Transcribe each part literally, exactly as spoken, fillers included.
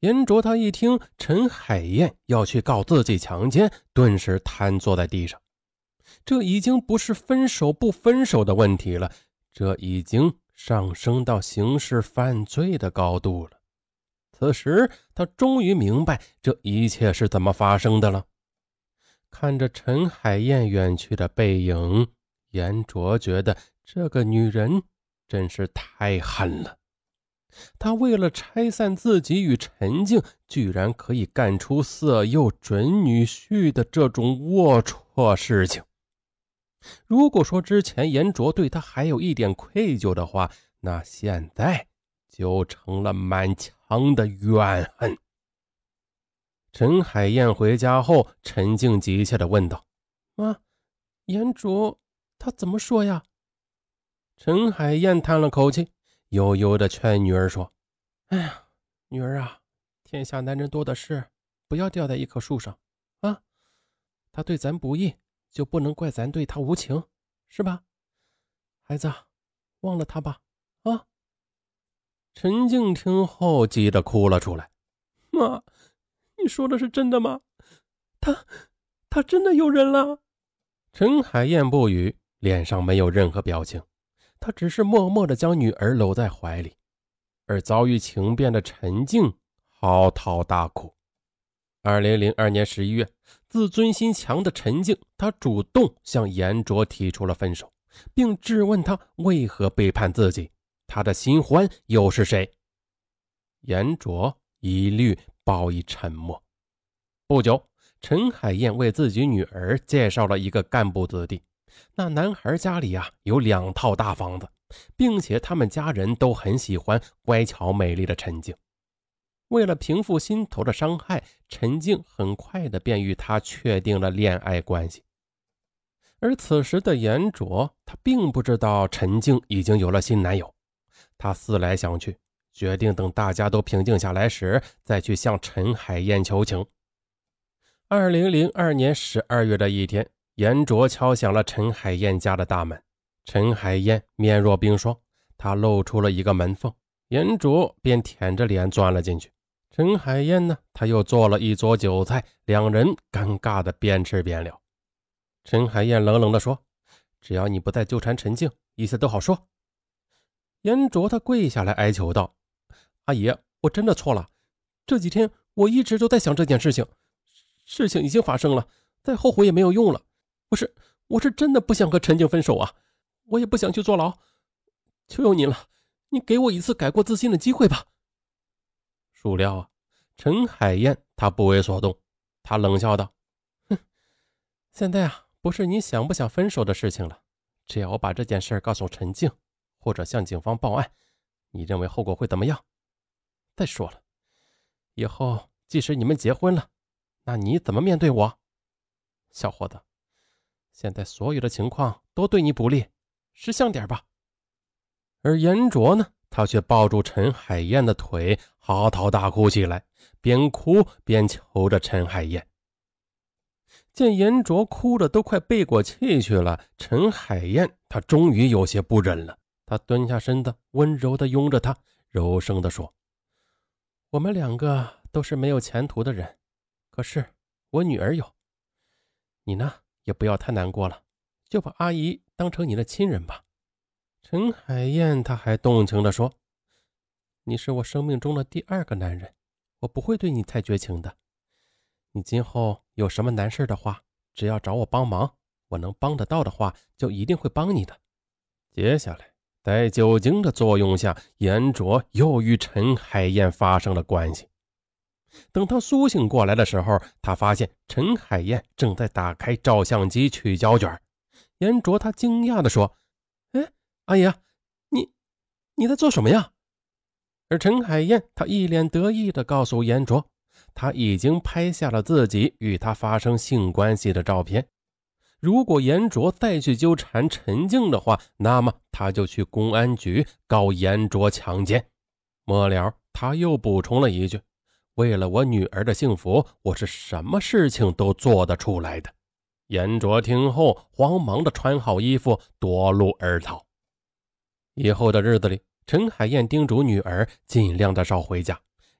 严卓他一听陈海燕要去告自己强奸，顿时瘫坐在地上。这已经不是分手不分手的问题了，这已经上升到刑事犯罪的高度了。此时他终于明白这一切是怎么发生的了。看着陈海燕远去的背影，严卓觉得这个女人真是太狠了。她为了拆散自己与陈静，居然可以干出色诱准女婿的这种龌龊事情。如果说之前严卓对她还有一点愧疚的话，那现在就成了满腔的怨恨。陈海燕回家后，陈静急切地问道：妈，严卓他怎么说呀？陈海燕叹了口气，悠悠地劝女儿说：哎呀，女儿啊，天下男人多的是，不要吊在一棵树上啊。他对咱不义，就不能怪咱对他无情，是吧？孩子，忘了他吧啊。陈静听后急得哭了出来：妈，你说的是真的吗？他他真的有人了？陈海燕不语，脸上没有任何表情，她只是默默地将女儿搂在怀里。而遭遇情变的陈静嚎啕大哭。二零零二年十一月，自尊心强的陈静，她主动向严卓提出了分手，并质问他为何背叛自己，他的新欢又是谁？严卓一律报以沉默。不久，陈海燕为自己女儿介绍了一个干部子弟，那男孩家里啊有两套大房子，并且他们家人都很喜欢乖巧美丽的陈静。为了平复心头的伤害，陈静很快的便与他确定了恋爱关系。而此时的严卓，他并不知道陈静已经有了新男友。他思来想去，决定等大家都平静下来时，再去向陈海燕求情。二零零二年十二月的一天，严卓敲响了陈海燕家的大门。陈海燕面若冰霜，她露出了一个门缝，严卓便舔着脸钻了进去。陈海燕呢，她又做了一桌酒菜，两人尴尬的边吃边聊。陈海燕冷冷地说：只要你不再纠缠陈静，意思都好说。严卓他跪下来哀求道：阿姨，我真的错了，这几天我一直都在想这件事情，事情已经发生了，再后悔也没有用了。我是我是真的不想和陈静分手啊，我也不想去坐牢，求求你了，你给我一次改过自新的机会吧。孰料啊，陈海燕他不为所动，他冷笑道：哼，现在啊不是你想不想分手的事情了，只要我把这件事告诉陈静，或者向警方报案，你认为后果会怎么样？再说了，以后即使你们结婚了，那你怎么面对我？小伙子，现在所有的情况都对你不利，识相点吧。而严卓呢，他却抱住陈海燕的腿，嚎啕大哭起来，边哭边求着陈海燕。见严卓哭得都快背过气去了，陈海燕他终于有些不忍了，他蹲下身子，温柔地拥着他，柔声地说：我们两个都是没有前途的人，可是我女儿有，你呢也不要太难过了，就把阿姨当成你的亲人吧。陈海燕她还动情地说：你是我生命中的第二个男人，我不会对你太绝情的，你今后有什么难事的话，只要找我帮忙，我能帮得到的话就一定会帮你的。接下来在酒精的作用下，严卓又与陈海燕发生了关系。等他苏醒过来的时候，他发现陈海燕正在打开照相机取胶卷。严卓他惊讶地说：哎，阿姨，你你在做什么呀？而陈海燕他一脸得意地告诉严卓，他已经拍下了自己与他发生性关系的照片。如果严卓再去纠缠陈静的话，那么他就去公安局告严卓强奸。末了他又补充了一句：为了我女儿的幸福，我是什么事情都做得出来的。严卓听后慌忙地穿好衣服夺路而逃。以后的日子里，陈海燕叮嘱女儿尽量的少回家，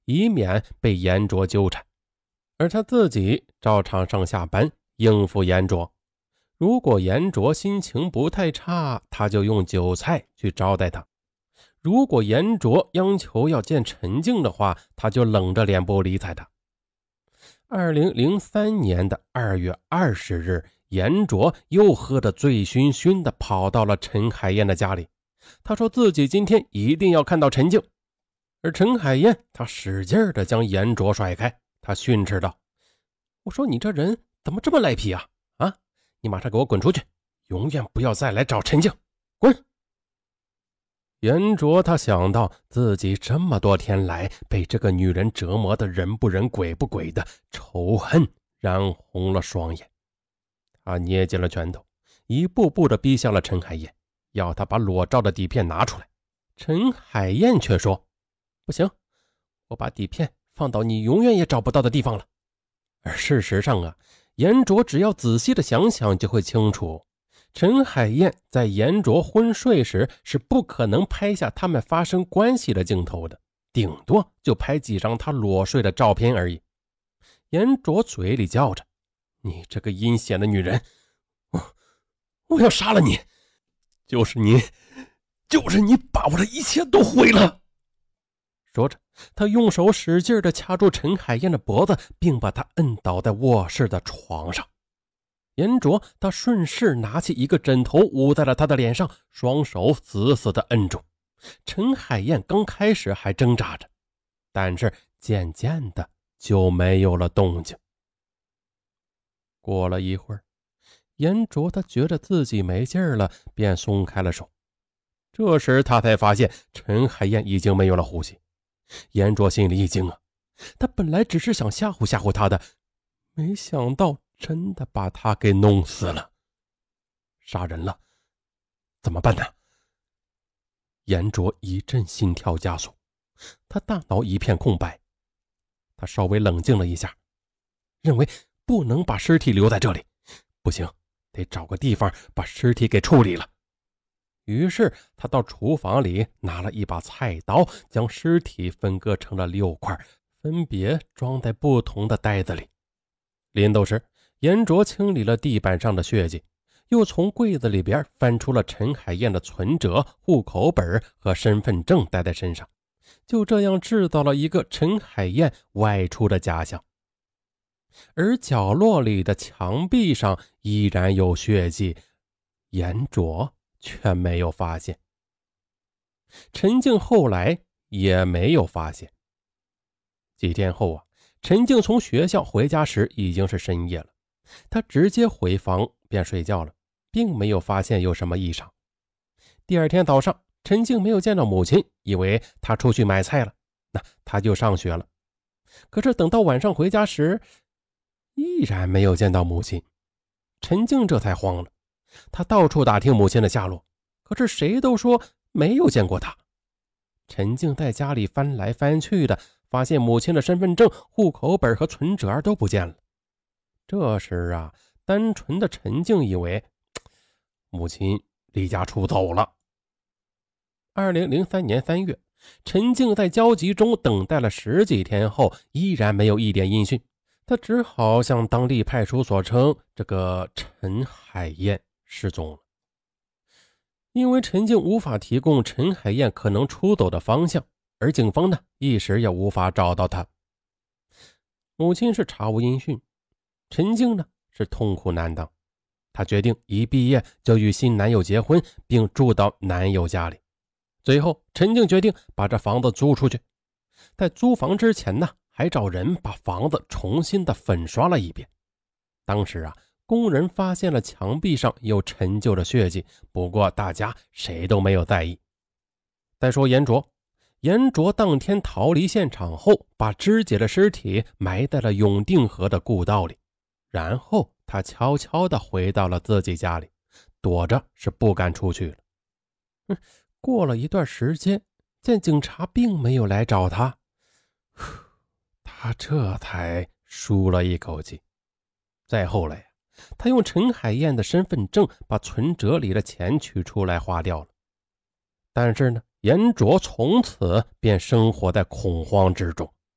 以免被严卓纠缠，而他自己照常上下班应付严卓。如果严卓心情不太差，他就用酒菜去招待他；如果严卓央求要见陈静的话，他就冷着脸不理睬他。二零零三年的二月二十日，严卓又喝得醉醺醺的跑到了陈海燕的家里，他说自己今天一定要看到陈静。而陈海燕他使劲的将严卓甩开，他训斥道：我说你这人怎么这么赖皮啊啊！你马上给我滚出去，永远不要再来找陈静，滚！严卓他想到自己这么多天来被这个女人折磨的人不人鬼不鬼的，仇恨染红了双眼。他捏紧了拳头，一步步的逼向了陈海燕，要他把裸照的底片拿出来。陈海燕却说：不行，我把底片放到你永远也找不到的地方了。而事实上啊，严卓只要仔细的想想就会清楚，陈海燕在严卓昏睡时是不可能拍下他们发生关系的镜头的，顶多就拍几张他裸睡的照片而已。严卓嘴里叫着：你这个阴险的女人，我我要杀了你，就是你就是你把我的一切都毁了。说着，他用手使劲地掐住陈海燕的脖子，并把她摁倒在卧室的床上。严卓他顺势拿起一个枕头捂在了他的脸上，双手死死地摁住。陈海燕刚开始还挣扎着，但是渐渐的就没有了动静。过了一会儿，严卓他觉得自己没劲儿了，便松开了手。这时他才发现陈海燕已经没有了呼吸。严卓心里一惊啊，他本来只是想吓唬吓唬他的，没想到真的把他给弄死了。杀人了，怎么办呢？严卓一阵心跳加速，他大脑一片空白。他稍微冷静了一下，认为不能把尸体留在这里，不行，得找个地方把尸体给处理了。于是他到厨房里拿了一把菜刀，将尸体分割成了六块，分别装在不同的袋子里。临走时，严卓清理了地板上的血迹，又从柜子里边翻出了陈海燕的存折、户口本和身份证带在身上，就这样制造了一个陈海燕外出的假象。而角落里的墙壁上依然有血迹，严卓却没有发现。陈静后来也没有发现。几天后啊，陈静从学校回家时已经是深夜了，她直接回房便睡觉了，并没有发现有什么异常。第二天早上，陈静没有见到母亲，以为她出去买菜了，那她就上学了。可是等到晚上回家时，依然没有见到母亲。陈静这才慌了，他到处打听母亲的下落，可是谁都说没有见过她。陈静在家里翻来翻去的，发现母亲的身份证、户口本和存折都不见了。这时啊，单纯的陈静以为母亲离家出走了。二零零三年三月，陈静在焦急中等待了十几天后，依然没有一点音讯。他只好向当地派出所称，这个陈海燕失踪了。因为陈静无法提供陈海燕可能出走的方向，而警方呢一时也无法找到她。母亲是查无音讯，陈静呢是痛苦难当。她决定一毕业就与新男友结婚，并住到男友家里。最后陈静决定把这房子租出去。在租房之前呢，还找人把房子重新的粉刷了一遍。当时啊，工人发现了墙壁上有陈旧的血迹，不过大家谁都没有在意。再说严卓，严卓当天逃离现场后，把肢解的尸体埋在了永定河的故道里，然后他悄悄地回到了自己家里，躲着是不敢出去了。嗯，过了一段时间，见警察并没有来找他，他这才舒了一口气。再后来，他用陈海燕的身份证把存折里的钱取出来花掉了。但是呢，严卓从此便生活在恐慌之中。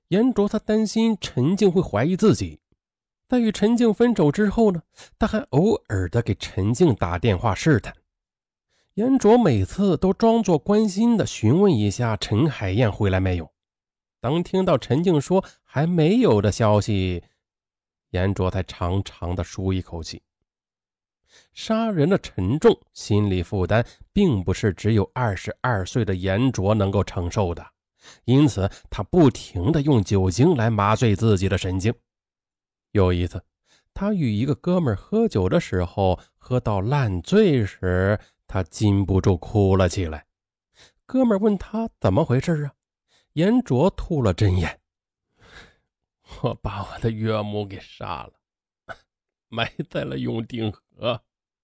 严卓他担心陈静会怀疑自己。在与陈静分手之后呢，他还偶尔的给陈静打电话试探。严卓每次都装作关心的询问一下陈海燕回来没有。当听到陈静说还没有的消息，严卓才长长的舒一口气。杀人的沉重心理负担并不是只有二十二岁的严卓能够承受的，因此他不停地用酒精来麻醉自己的神经。有一次，他与一个哥们儿喝酒的时候，喝到烂醉时，他禁不住哭了起来。哥们儿问他怎么回事啊？严卓吐了真言：我把我的岳母给杀了，埋在了永定河。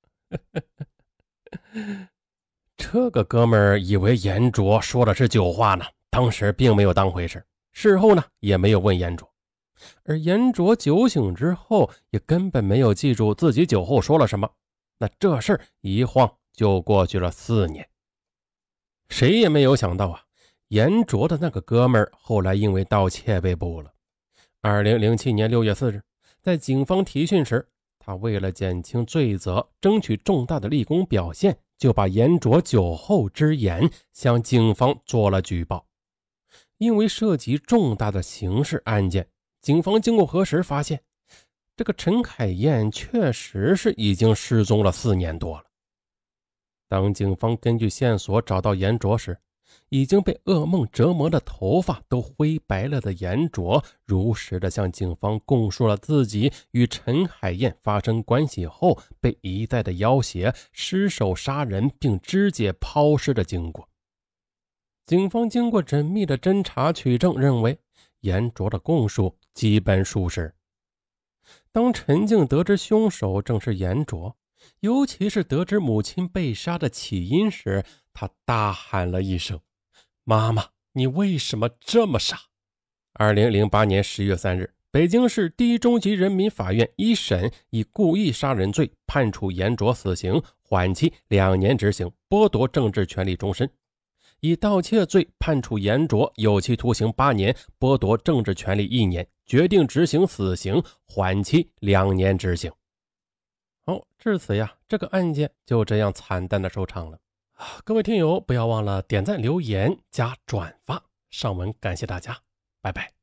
这个哥们儿以为严卓说的是酒话呢，当时并没有当回事，事后呢也没有问严卓。而严卓酒醒之后也根本没有记住自己酒后说了什么，那这事儿一晃就过去了四年。谁也没有想到啊，严卓的那个哥们儿后来因为盗窃被捕了。二零零七年六月四日，在警方提讯时，他为了减轻罪责，争取重大的立功表现，就把严卓酒后之言向警方做了举报。因为涉及重大的刑事案件，警方经过核实发现，这个陈海燕确实是已经失踪了四年多了。当警方根据线索找到严卓时，已经被噩梦折磨的头发都灰白了的严卓，如实的向警方供述了自己与陈海燕发生关系后被一再的要挟、失手杀人并肢解抛尸的经过。警方经过缜密的侦查取证，认为严卓的供述基本属实。当陈静得知凶手正是严卓，尤其是得知母亲被杀的起因时，他大喊了一声：妈妈，你为什么这么傻？二零零八年十月三日，北京市第一中级人民法院一审以故意杀人罪判处严卓死刑，缓期两年执行，剥夺政治权利终身；以盗窃罪判处严卓有期徒刑八年，剥夺政治权利一年，决定执行死刑，缓期两年执行。好，至此呀，这个案件就这样惨淡的收场了。各位听友，不要忘了点赞、留言、加转发。上文感谢大家，拜拜。